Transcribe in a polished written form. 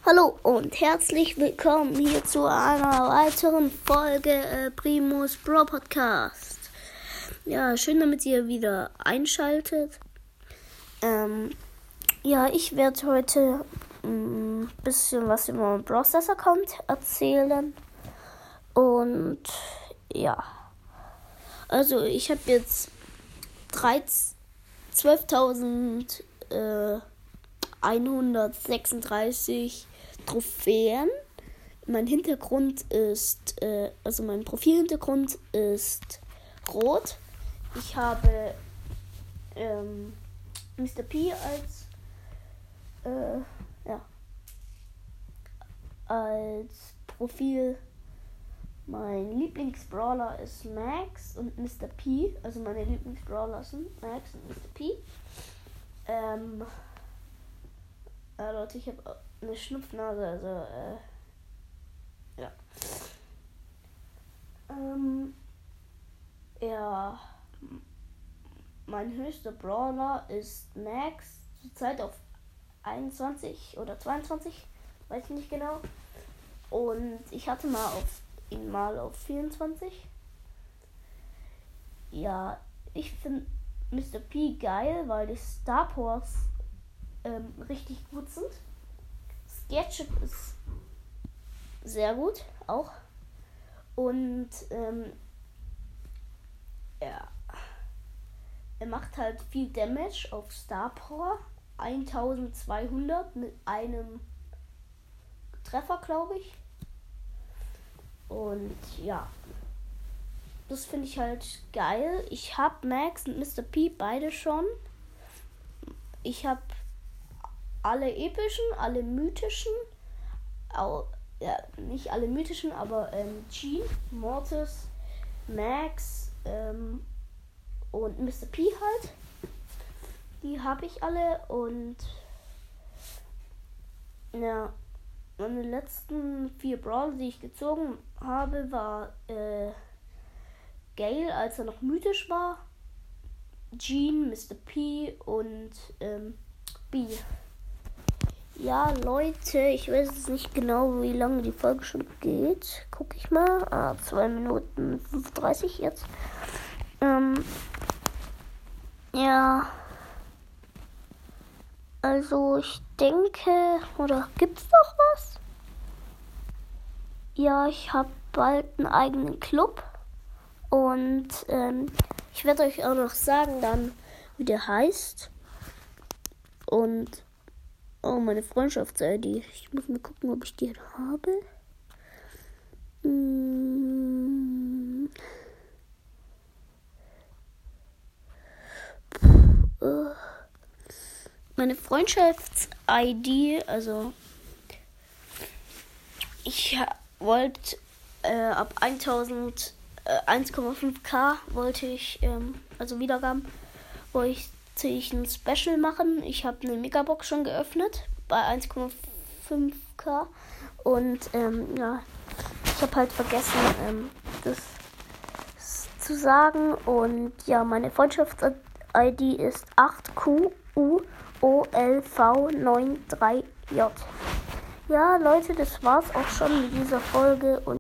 Hallo und herzlich willkommen hier zu einer weiteren Folge Primus Bro Podcast. Ja, schön, damit ihr wieder einschaltet. Ich werde heute ein bisschen was über meinen Brawl Stars Account erzählen. Und ja, also ich habe jetzt 12.136 Trophäen. Mein Hintergrund ist, mein Profilhintergrund ist rot. Ich habe Mr. P als Profil. Mein Lieblingsbrawler ist Max und Mr. P. Also meine Lieblingsbrawler sind Max und Mr. P. Leute, ich habe eine Schnupfnase, also mein höchster Brawler ist Max, zurzeit auf 21 oder 22, weiß ich nicht genau. Und ich hatte ihn mal auf 24. Ja, ich finde Mr. P geil, weil die Star Powers richtig gut sind. Gadget ist sehr gut auch. Und er macht halt viel Damage auf Star Power. 1200 mit einem Treffer, glaube ich. Und ja, das finde ich halt geil. Ich habe Max und Mr. P beide schon. Ich habe alle epischen, alle mythischen, nicht alle mythischen, aber Jean, Mortis, Max und Mr. P halt. Die habe ich alle und ja, meine letzten 4 Brawler, die ich gezogen habe, war Gale, als er noch mythisch war, Jean, Mr. P und B. Ja, Leute, ich weiß jetzt nicht genau, wie lange die Folge schon geht. Guck ich mal. 2 Minuten 35 jetzt. Ja. Also, ich denke, oder gibt's noch was? Ja, ich habe bald einen eigenen Club. Und ich werde euch auch noch sagen dann, wie der heißt. Und meine Freundschafts-ID. Ich muss mal gucken, ob ich die habe. Meine Freundschafts-ID, also ich wollte ab 1,5k wollte ich, also Wiedergaben, wollte ich ein Special machen. Ich habe eine Megabox schon geöffnet bei 1,5k und ich habe halt vergessen, das zu sagen. Und ja, meine Freundschafts-ID ist 8QUOLV93J. Ja, Leute, das war's auch schon mit dieser Folge und